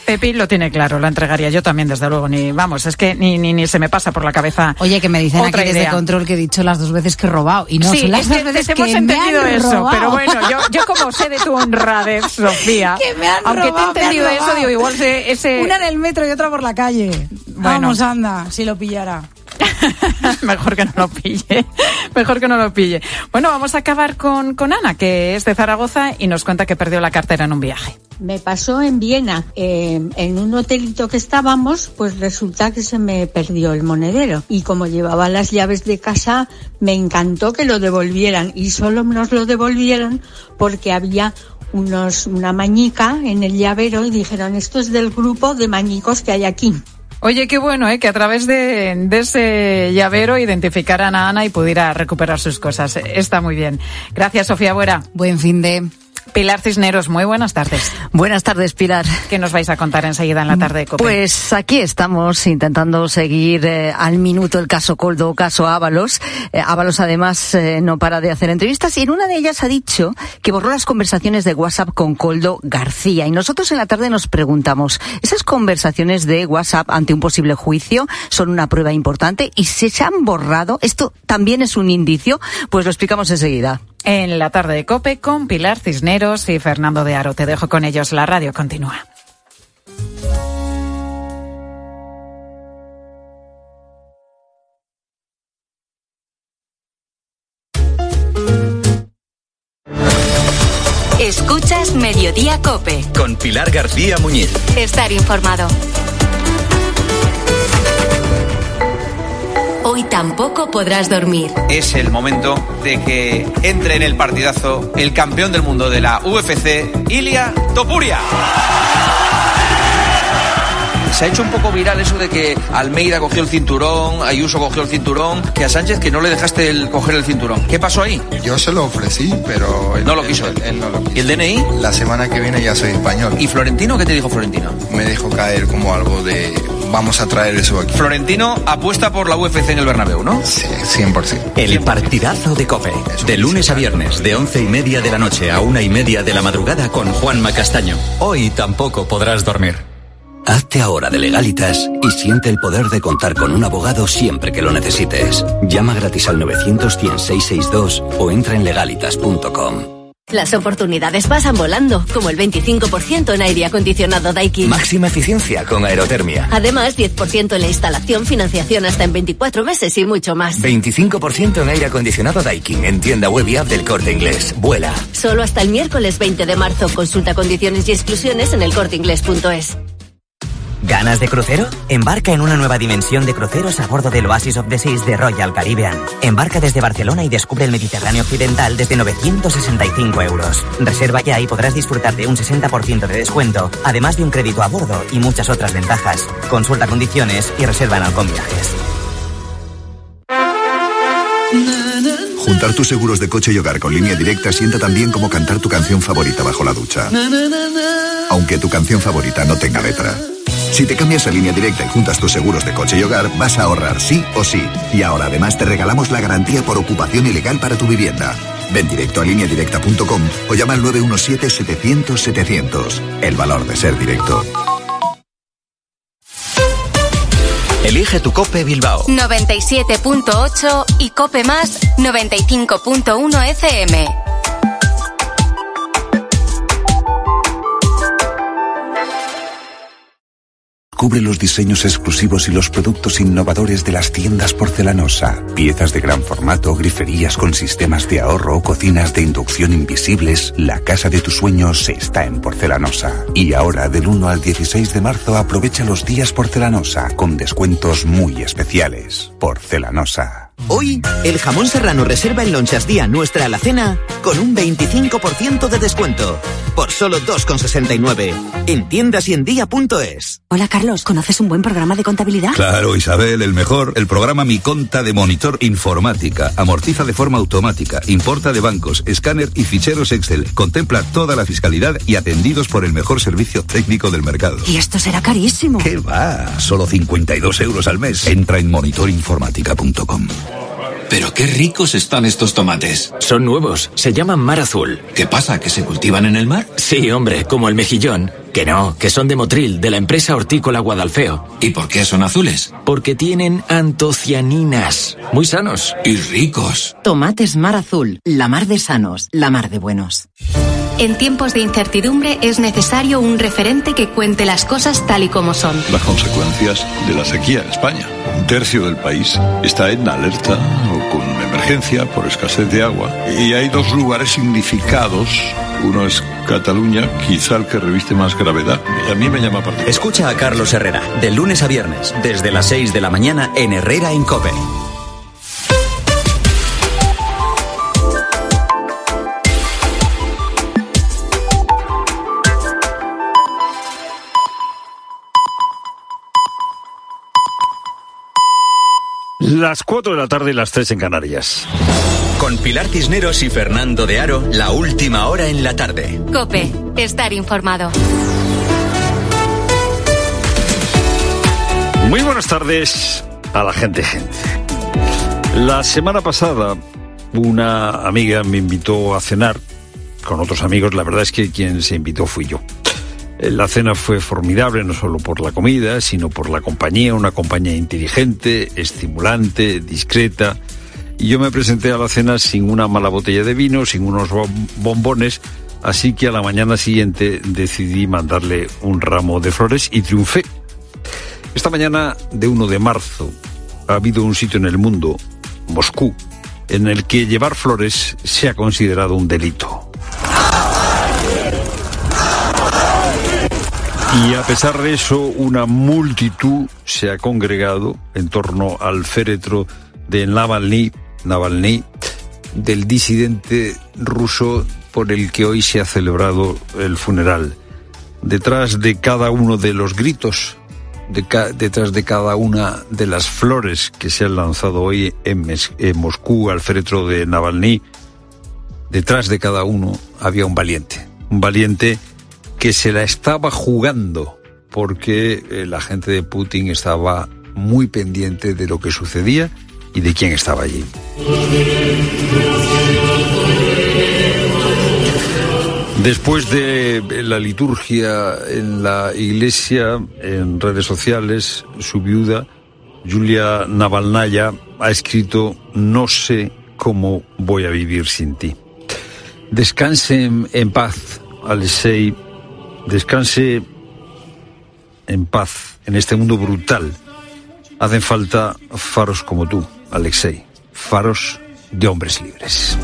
Pepi lo tiene claro, lo entregaría yo también, desde luego. Ni vamos, es que ni, ni, ni se me pasa por la cabeza. Oye, que me dicen otra aquí desde idea. Control que he dicho las dos veces que he robado. Y no, sí, son las es dos que veces hemos que entendido me han eso. robado. Pero bueno, yo, yo como sé de tu honradez, Sofía, que me han aunque robado, te he entendido me han eso, robado. digo, igual se, ese... Una en el metro y otra por la calle. Bueno. Vamos, anda, si lo pillara. Mejor que no lo pille, mejor que no lo pille. Bueno, vamos a acabar con, con Ana, que es de Zaragoza y nos cuenta que perdió la cartera en un viaje. Me pasó en Viena, eh, en un hotelito que estábamos, pues resulta que se me perdió el monedero. Y como llevaba las llaves de casa, me encantó que lo devolvieran. Y solo nos lo devolvieron porque había unos, una mañica en el llavero y dijeron, esto es del grupo de mañicos que hay aquí. Oye, qué bueno, ¿eh? Que a través de, de ese llavero identificaran a Ana y pudiera recuperar sus cosas. Está muy bien. Gracias, Sofía Buera. Buen fin de... Pilar Cisneros, muy buenas tardes. Buenas tardes, Pilar. ¿Qué nos vais a contar enseguida en la tarde de COPE? Pues aquí estamos intentando seguir eh, al minuto el caso Koldo, caso Ábalos. Eh, Ábalos además eh, no para de hacer entrevistas y en una de ellas ha dicho que borró las conversaciones de WhatsApp con Koldo García. Y nosotros en la tarde nos preguntamos, ¿esas conversaciones de WhatsApp ante un posible juicio son una prueba importante? ¿Y si se han borrado, esto también es un indicio? Pues lo explicamos enseguida. En la tarde de COPE con Pilar Cisneros y Fernando de Aro. Te dejo con ellos. La radio continúa. Escuchas Mediodía COPE. Con Pilar García Muñiz. Estar informado. Hoy tampoco podrás dormir. Es el momento de que entre en el partidazo el campeón del mundo de la U F C, Ilia Topuria. Se ha hecho un poco viral eso de que Almeida cogió el cinturón, Ayuso cogió el cinturón, que a Sánchez que no le dejaste el, coger el cinturón. ¿Qué pasó ahí? Yo se lo ofrecí, pero... Él, no lo quiso. Él, él no lo quiso. ¿Y el D N I? La semana que viene ya soy español. ¿Y Florentino? ¿Qué te dijo Florentino? Me dejó caer como algo de... Vamos a traer eso aquí. Florentino apuesta por la U F C en el Bernabéu, ¿no? Sí, cien por ciento. El partidazo de COPE. De lunes a viernes, de once y media de la noche a una y media de la madrugada con Juanma Castaño. Hoy tampoco podrás dormir. Hazte ahora de Legalitas y siente el poder de contar con un abogado siempre que lo necesites. Llama gratis al novecientos, cien, seiscientos sesenta y dos o entra en legalitas punto com. Las oportunidades pasan volando, como el veinticinco por ciento en aire acondicionado Daikin. Máxima eficiencia con aerotermia. Además, diez por ciento en la instalación, financiación hasta en veinticuatro meses y mucho más. veinticinco por ciento en aire acondicionado Daikin en tienda web y app del Corte Inglés. Vuela. Solo hasta el miércoles veinte de marzo. Consulta condiciones y exclusiones en el corte inglés punto es. ¿Ganas de crucero? Embarca en una nueva dimensión de cruceros a bordo del Oasis of the Seas de Royal Caribbean. Embarca desde Barcelona y descubre el Mediterráneo occidental desde novecientos sesenta y cinco euros. Reserva ya y podrás disfrutar de un sesenta por ciento de descuento, además de un crédito a bordo y muchas otras ventajas. Consulta condiciones y reserva en Halcón Viajes. Juntar tus seguros de coche y hogar con Línea Directa sienta tan bien como cantar tu canción favorita bajo la ducha. Aunque tu canción favorita no tenga letra. Si te cambias a Línea Directa y juntas tus seguros de coche y hogar, vas a ahorrar sí o sí. Y ahora además te regalamos la garantía por ocupación ilegal para tu vivienda. Ven directo a línea directa punto com o llama al nueve uno siete, setecientos, setecientos. El valor de ser directo. Elige tu COPE Bilbao. noventa y siete punto ocho y COPE más noventa y cinco punto uno F M. Cubre los diseños exclusivos y los productos innovadores de las tiendas Porcelanosa. Piezas de gran formato, griferías con sistemas de ahorro, cocinas de inducción invisibles. La casa de tus sueños está en Porcelanosa. Y ahora, del uno al dieciséis de marzo, aprovecha los días Porcelanosa con descuentos muy especiales. Porcelanosa. Hoy, el jamón serrano reserva en Lonchas Día nuestra alacena con un veinticinco por ciento de descuento. Por solo dos con sesenta y nueve. En tiendas y en día punto es. Hola Carlos, ¿conoces un buen programa de contabilidad? Claro, Isabel, el mejor. El programa Mi Conta de Monitor Informática. Amortiza de forma automática, importa de bancos, escáner y ficheros Excel. Contempla toda la fiscalidad y atendidos por el mejor servicio técnico del mercado. Y esto será carísimo. ¿Qué va? Solo cincuenta y dos euros al mes. Entra en monitor informática punto com. Pero qué ricos están estos tomates. Son nuevos, se llaman mar azul. ¿Qué pasa, que se cultivan en el mar? Sí, hombre, como el mejillón. Que no, que son de Motril, de la empresa hortícola Guadalfeo. ¿Y por qué son azules? Porque tienen antocianinas. Muy sanos. Y ricos. Tomates mar azul, la mar de sanos, la mar de buenos. En tiempos de incertidumbre es necesario un referente que cuente las cosas tal y como son. Las consecuencias de la sequía en España. Un tercio del país está en alerta o con emergencia por escasez de agua. Y hay dos lugares significados. Uno es Cataluña, quizá el que reviste más gravedad. Y a mí me llama particular. Escucha a Carlos Herrera, de lunes a viernes, desde las seis de la mañana en Herrera en COPE. Las cuatro de la tarde y las tres en Canarias. Con Pilar Cisneros y Fernando de Aro, la última hora en la tarde. COPE, estar informado. Muy buenas tardes a la gente, gente. La semana pasada una amiga me invitó a cenar con otros amigos. La verdad es que quien se invitó fui yo. La cena fue formidable, no solo por la comida, sino por la compañía, una compañía inteligente, estimulante, discreta. Y yo me presenté a la cena sin una mala botella de vino, sin unos bombones, así que a la mañana siguiente decidí mandarle un ramo de flores y triunfé. Esta mañana de uno de marzo ha habido un sitio en el mundo, Moscú, en el que llevar flores se ha considerado un delito. Y a pesar de eso, una multitud se ha congregado en torno al féretro de Navalny, Navalny, del disidente ruso por el que hoy se ha celebrado el funeral. Detrás de cada uno de los gritos, de ca- detrás de cada una de las flores que se han lanzado hoy en, Mes- en Moscú al féretro de Navalny, detrás de cada uno había un valiente, un valiente que se la estaba jugando porque eh, la gente de Putin estaba muy pendiente de lo que sucedía y de quién estaba allí. Después de la liturgia en la iglesia, en redes sociales, su viuda, Yulia Navalnaya, ha escrito: no sé cómo voy a vivir sin ti. Descanse en, en paz, Alexei. Descanse en paz en este mundo brutal. Hacen falta faros como tú, Alexei. Faros de hombres libres.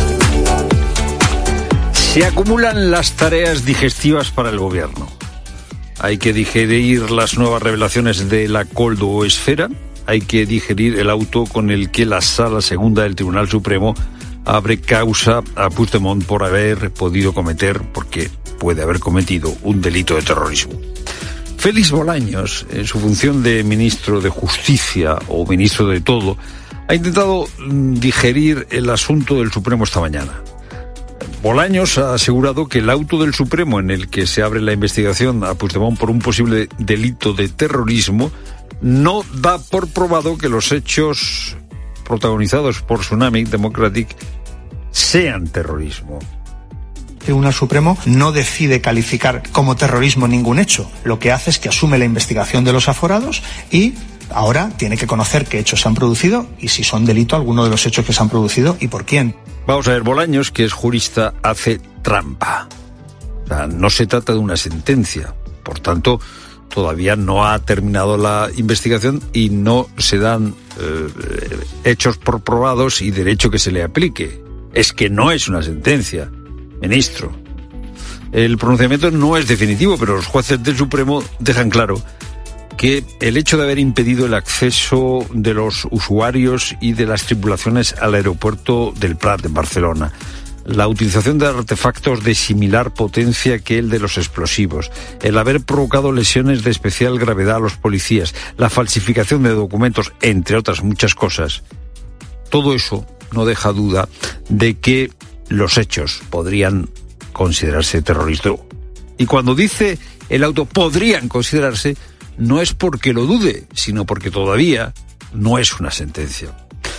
Se acumulan las tareas digestivas para el gobierno. Hay que digerir las nuevas revelaciones de la Coldo-esfera. Hay que digerir el auto con el que la Sala Segunda del Tribunal Supremo abre causa a Puigdemont por haber podido cometer, porque puede haber cometido, un delito de terrorismo. Félix Bolaños, en su función de ministro de Justicia o ministro de todo, ha intentado digerir el asunto del Supremo esta mañana. Bolaños ha asegurado que el auto del Supremo en el que se abre la investigación a Puigdemont por un posible delito de terrorismo no da por probado que los hechos protagonizados por Tsunami Democratic sean terrorismo. El Tribunal Supremo no decide calificar como terrorismo ningún hecho. Lo que hace es que asume la investigación de los aforados y ahora tiene que conocer qué hechos se han producido y si son delito alguno de los hechos que se han producido y por quién. Vamos a ver, Bolaños, que es jurista, hace trampa. O sea, no se trata de una sentencia. Por tanto, todavía no ha terminado la investigación y no se dan eh, hechos por probados y derecho que se le aplique. Es que no es una sentencia, ministro. El pronunciamiento no es definitivo, pero los jueces del Supremo dejan claro que el hecho de haber impedido el acceso de los usuarios y de las tripulaciones al aeropuerto del Prat en Barcelona, la utilización de artefactos de similar potencia que el de los explosivos, el haber provocado lesiones de especial gravedad a los policías, la falsificación de documentos, entre otras muchas cosas, todo eso no deja duda de que los hechos podrían considerarse terroristas. Y cuando dice el auto podrían considerarse, no es porque lo dude, sino porque todavía no es una sentencia.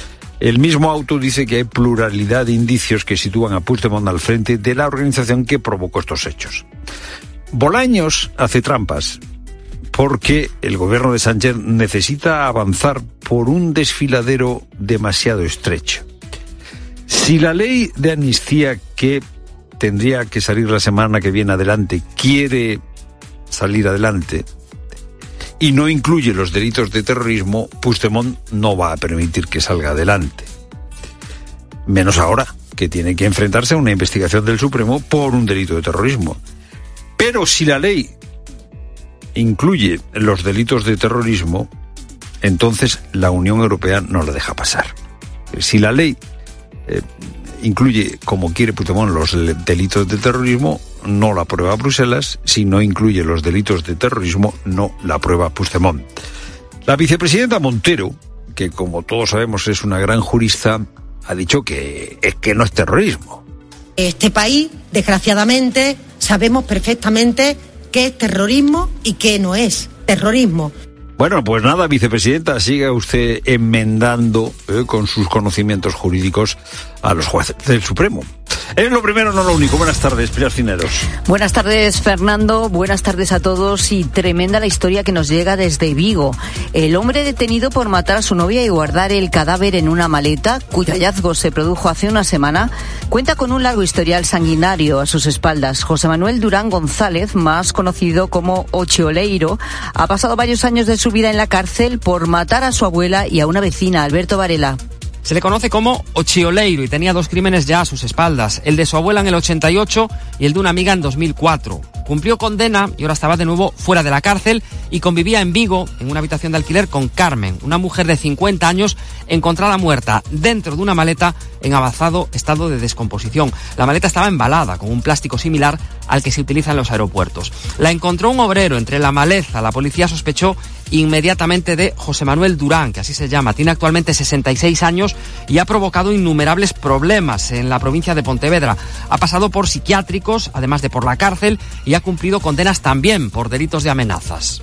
El mismo auto dice que hay pluralidad de indicios que sitúan a Puigdemont al frente de la organización que provocó estos hechos. Bolaños hace trampas porque el gobierno de Sánchez necesita avanzar por un desfiladero demasiado estrecho. Si la ley de amnistía que tendría que salir la semana que viene adelante quiere salir adelante y no incluye los delitos de terrorismo, Puigdemont no va a permitir que salga adelante. Menos ahora, que tiene que enfrentarse a una investigación del Supremo por un delito de terrorismo. Pero si la ley incluye los delitos de terrorismo, entonces la Unión Europea no la deja pasar. Si la ley eh, incluye, como quiere Puigdemont, los delitos de terrorismo, no la aprueba Bruselas. Si no incluye los delitos de terrorismo, no la aprueba Puigdemont. La vicepresidenta Montero, que como todos sabemos es una gran jurista, ha dicho que es que no es terrorismo. Este país, desgraciadamente, sabemos perfectamente qué es terrorismo y qué no es terrorismo. Bueno, pues nada, vicepresidenta, siga usted enmendando eh, con sus conocimientos jurídicos a los jueces del Supremo. Es lo primero, no lo único. Buenas tardes, Pilar Cineros. Buenas tardes, Fernando. Buenas tardes a todos. Y tremenda la historia que nos llega desde Vigo. El hombre detenido por matar a su novia y guardar el cadáver en una maleta, cuyo hallazgo se produjo hace una semana, cuenta con un largo historial sanguinario a sus espaldas. José Manuel Durán González, más conocido como Ochioleiro, ha pasado varios años de su vida en la cárcel por matar a su abuela y a una vecina, Alberto Varela. Se le conoce como Ochioleiro y tenía dos crímenes ya a sus espaldas, el de su abuela en el ochenta y ocho y el de una amiga en dos mil cuatro. Cumplió condena y ahora estaba de nuevo fuera de la cárcel y convivía en Vigo, en una habitación de alquiler, con Carmen, una mujer de cincuenta años encontrada muerta dentro de una maleta en avanzado estado de descomposición. La maleta estaba embalada con un plástico similar al que se utiliza en los aeropuertos. La encontró un obrero entre la maleza. La policía sospechó inmediatamente de José Manuel Durán, que así se llama. Tiene actualmente sesenta y seis años y ha provocado innumerables problemas en la provincia de Pontevedra. Ha pasado por psiquiátricos, además de por la cárcel, y ha cumplido condenas también por delitos de amenazas.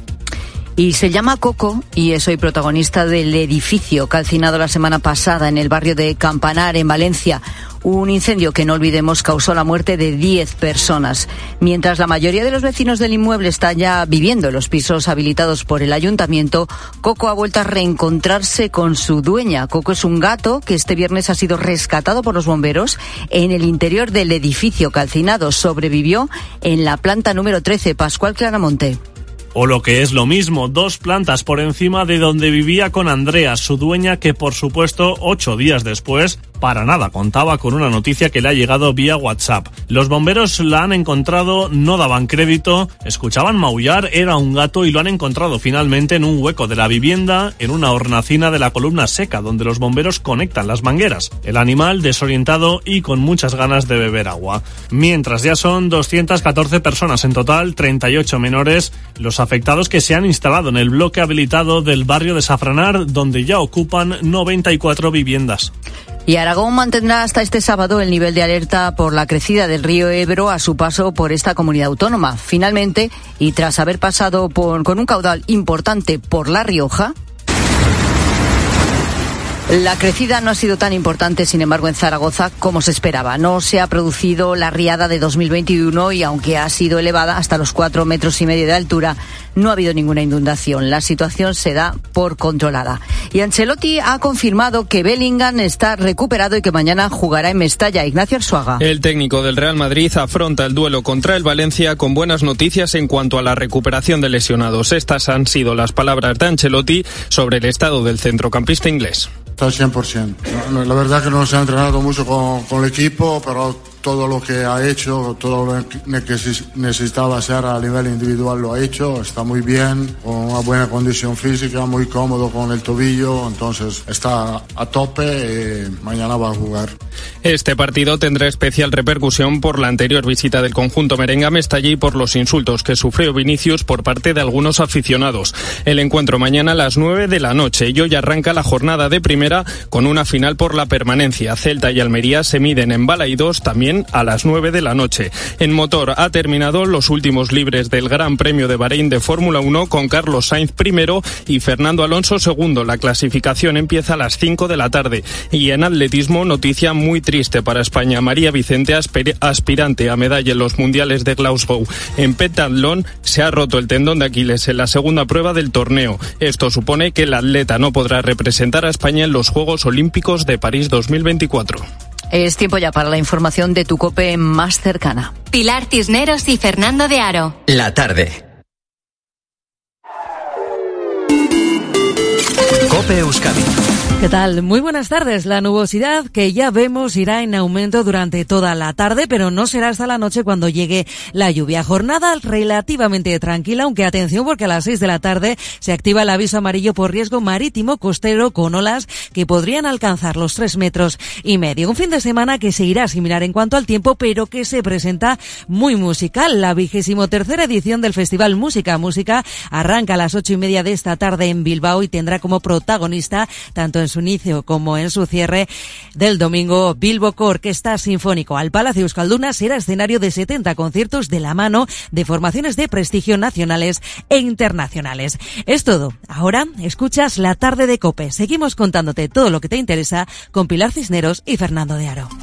Y se llama Coco y es hoy protagonista del edificio calcinado la semana pasada en el barrio de Campanar, en Valencia. Un incendio que, no olvidemos, causó la muerte de diez personas. Mientras la mayoría de los vecinos del inmueble está ya viviendo en los pisos habilitados por el ayuntamiento, Coco ha vuelto a reencontrarse con su dueña. Coco es un gato que este viernes ha sido rescatado por los bomberos en el interior del edificio calcinado. Sobrevivió en la planta número trece. Pascual Claramonte. O lo que es lo mismo, dos plantas por encima de donde vivía con Andrea, su dueña, que por supuesto, ocho días después, para nada contaba con una noticia que le ha llegado vía WhatsApp. Los bomberos la han encontrado, no daban crédito, escuchaban maullar, era un gato y lo han encontrado finalmente en un hueco de la vivienda, en una hornacina de la columna seca, donde los bomberos conectan las mangueras. El animal desorientado y con muchas ganas de beber agua. Mientras ya son doscientas catorce personas en total, treinta y ocho menores, los afectados que se han instalado en el bloque habilitado del barrio de Safranar, donde ya ocupan noventa y cuatro viviendas. Y Aragón mantendrá hasta este sábado el nivel de alerta por la crecida del río Ebro a su paso por esta comunidad autónoma. Finalmente, y tras haber pasado por, con un caudal importante por La Rioja, la crecida no ha sido tan importante, sin embargo, en Zaragoza como se esperaba. No se ha producido la riada de dos mil veintiuno y, aunque ha sido elevada hasta los cuatro metros y medio de altura, no ha habido ninguna inundación. La situación se da por controlada. Y Ancelotti ha confirmado que Bellingham está recuperado y que mañana jugará en Mestalla. Ignacio Arzuaga. El técnico del Real Madrid afronta el duelo contra el Valencia con buenas noticias en cuanto a la recuperación de lesionados. Estas han sido las palabras de Ancelotti sobre el estado del centrocampista inglés. Está al cien por ciento. La verdad que no se ha entrenado mucho con, con el equipo, pero todo lo que ha hecho, todo lo que necesitaba hacer a nivel individual lo ha hecho. Está muy bien, con una buena condición física, muy cómodo con el tobillo, entonces está a tope y mañana va a jugar. Este partido tendrá especial repercusión por la anterior visita del conjunto merengue a Mestalla y por los insultos que sufrió Vinicius por parte de algunos aficionados. El encuentro mañana a las nueve de la noche y hoy arranca la jornada de primera con una final por la permanencia. Celta y Almería se miden en Balaídos, también también a las nueve de la noche. En motor ha terminado los últimos libres del Gran Premio de Bahrein de Fórmula uno con Carlos Sainz primero y Fernando Alonso segundo. La clasificación empieza a las cinco de la tarde. Y en atletismo, noticia muy triste para España. María Vicente, aspirante a medalla en los mundiales de Glasgow en pentatlón, se ha roto el tendón de Aquiles en la segunda prueba del torneo. Esto supone que el atleta no podrá representar a España en los Juegos Olímpicos de París dos mil veinticuatro. Es tiempo ya para la información de tu COPE más cercana. Pilar Cisneros y Fernando de Aro. La tarde. COPE Euskadi. ¿Qué tal? Muy buenas tardes. La nubosidad que ya vemos irá en aumento durante toda la tarde, pero no será hasta la noche cuando llegue la lluvia. Jornada relativamente tranquila, aunque atención porque a las seis de la tarde se activa el aviso amarillo por riesgo marítimo costero con olas que podrían alcanzar los tres metros y medio. Un fin de semana que se irá similar en cuanto al tiempo, pero que se presenta muy musical. La vigésimo tercera edición del Festival Música Música arranca a las ocho y media de esta tarde en Bilbao y tendrá como protagonista, tanto en su inicio como en su cierre del domingo, Bilboko Orquesta Sinfónico. Al Palacio Euskalduna será escenario de setenta conciertos de la mano de formaciones de prestigio nacionales e internacionales. Es todo. Ahora escuchas La Tarde de COPE. Seguimos contándote todo lo que te interesa con Pilar Cisneros y Fernando de Aro.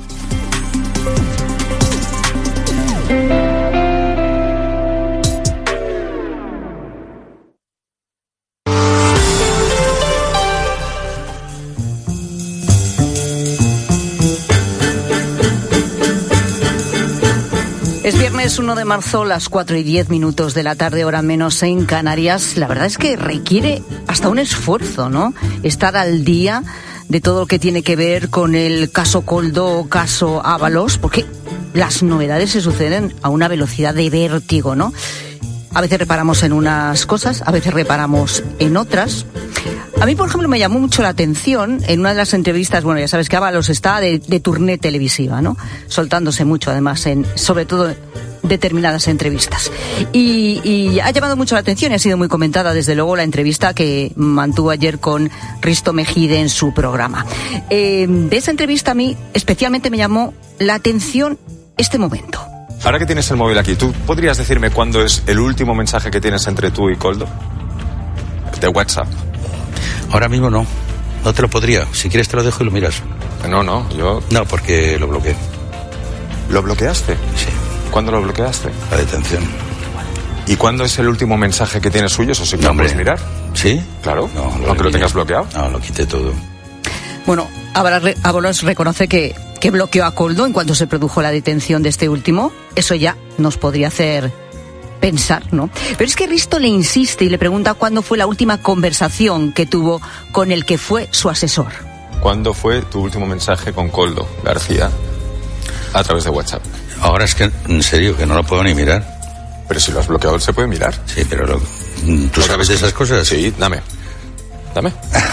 Es viernes uno de marzo, las cuatro y diez minutos de la tarde, hora menos en Canarias. La verdad es que requiere hasta un esfuerzo, ¿no? Estar al día de todo lo que tiene que ver con el caso Koldo o caso Ábalos, porque las novedades se suceden a una velocidad de vértigo, ¿no? A veces reparamos en unas cosas, a veces reparamos en otras. A mí, por ejemplo, me llamó mucho la atención en una de las entrevistas, bueno, ya sabes que Ábalos está de, de tournée televisiva, ¿no? Soltándose mucho, además, en sobre todo determinadas entrevistas. Y, y ha llamado mucho la atención y ha sido muy comentada, desde luego, la entrevista que mantuvo ayer con Risto Mejide en su programa. Eh, de esa entrevista a mí especialmente me llamó la atención este momento. Ahora que tienes el móvil aquí, ¿tú podrías decirme cuándo es el último mensaje que tienes entre tú y Koldo? De WhatsApp. Ahora mismo no. No te lo podría. Si quieres te lo dejo y lo miras. No, no, yo... No, porque lo bloqueé. ¿Lo bloqueaste? Sí. ¿Cuándo lo bloqueaste? La detención. ¿Y cuándo es el último mensaje que tienes suyo? ¿Eso sí que no, lo puedes mirar? ¿Sí? Claro. No, lo aunque lo tengas bloqueado. No, lo quité todo. Bueno, Ábalos reconoce que, que bloqueó a Koldo en cuanto se produjo la detención de este último. Eso ya nos podría hacer pensar, ¿no? Pero es que Risto le insiste y le pregunta cuándo fue la última conversación que tuvo con el que fue su asesor. ¿Cuándo fue tu último mensaje con Koldo García a través de WhatsApp? Ahora es que, en serio, que no lo puedo ni mirar. Pero si lo has bloqueado, se puede mirar. Sí, pero lo, ¿tú sabes de esas cosas? Sí, dame. Dame.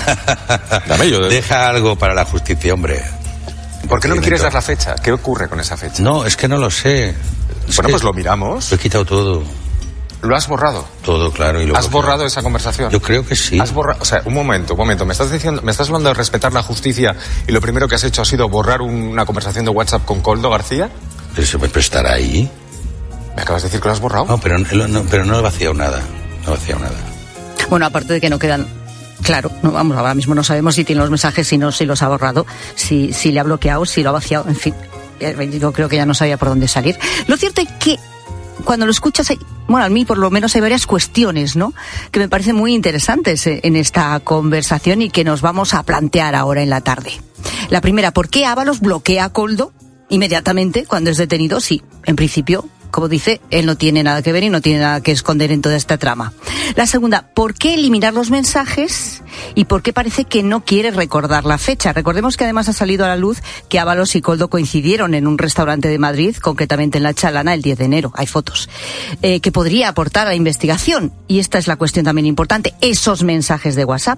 Dame yo. Deja algo para la justicia, hombre. ¿Por qué no me quieres dar la fecha? ¿Qué ocurre con esa fecha? No, es que no lo sé. Es bueno, que pues lo miramos. Lo he quitado todo. ¿Lo has borrado? Todo, claro. Y lo ¿Has bloqueado. borrado esa conversación? Yo creo que sí. ¿Has borrado? O sea, un momento, un momento. ¿Me estás diciendo, me estás hablando de respetar la justicia y lo primero que has hecho ha sido borrar una conversación de WhatsApp con Koldo García? Pero se puede estar ahí. ¿Me acabas de decir que lo has borrado? No, pero no, no, pero no he vaciado nada. No he vaciado nada. Bueno, aparte de que no quedan... Claro, no, vamos, ahora mismo no sabemos si tiene los mensajes, si no, si los ha borrado, si, si le ha bloqueado, si lo ha vaciado, en fin. Yo creo que ya no sabía por dónde salir. Lo cierto es que cuando lo escuchas, hay, bueno, a mí por lo menos hay varias cuestiones, ¿no?, que me parecen muy interesantes en esta conversación y que nos vamos a plantear ahora en la tarde. La primera, ¿por qué Ábalos bloquea a Koldo inmediatamente cuando es detenido? Sí, en principio, como dice, él no tiene nada que ver y no tiene nada que esconder en toda esta trama. La segunda, ¿por qué eliminar los mensajes? ¿Y por qué parece que no quiere recordar la fecha? Recordemos que además ha salido a la luz que Ábalos y Koldo coincidieron en un restaurante de Madrid, concretamente en La Chalana, el diez de enero. Hay fotos. Eh, que podría aportar a la investigación. Y esta es la cuestión también importante, esos mensajes de WhatsApp.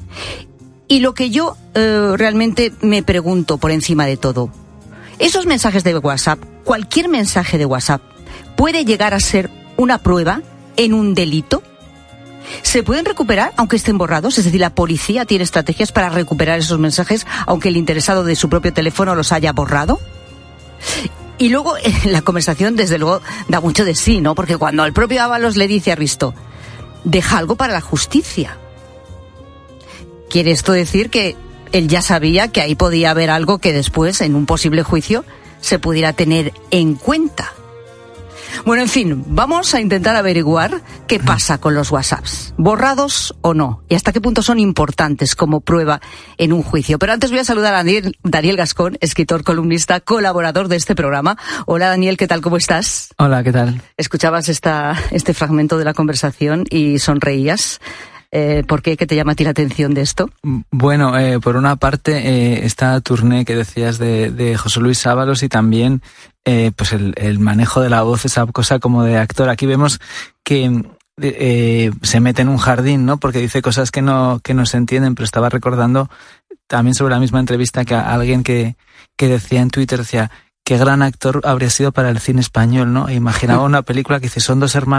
Y lo que yo eh, realmente me pregunto por encima de todo, esos mensajes de WhatsApp, cualquier mensaje de WhatsApp, ¿puede llegar a ser una prueba en un delito? ¿Se pueden recuperar aunque estén borrados? Es decir, ¿la policía tiene estrategias para recuperar esos mensajes aunque el interesado de su propio teléfono los haya borrado? Y luego eh, la conversación, desde luego, da mucho de sí, ¿no? Porque cuando el propio Ábalos le dice a Risto, deja algo para la justicia. Quiere esto decir que él ya sabía que ahí podía haber algo que después, en un posible juicio, se pudiera tener en cuenta. Bueno, en fin, vamos a intentar averiguar qué pasa con los WhatsApps, borrados o no, y hasta qué punto son importantes como prueba en un juicio. Pero antes voy a saludar a Daniel, Daniel Gascón, escritor, columnista, colaborador de este programa. Hola Daniel, ¿qué tal? ¿Cómo estás? Hola, ¿qué tal? Escuchabas esta, este fragmento de la conversación y sonreías. Eh, ¿Por qué? ¿Qué te llama a ti la atención de esto? Bueno, eh, por una parte, eh, esta tournée que decías de, de José Luis Ábalos y también eh, pues el, el manejo de la voz, esa cosa como de actor. Aquí vemos que eh, se mete en un jardín, ¿no? Porque dice cosas que no, que no se entienden, pero estaba recordando también sobre la misma entrevista que a alguien que, que decía en Twitter, decía, qué gran actor habría sido para el cine español, ¿no? E imaginaba una película que dice, son dos hermanos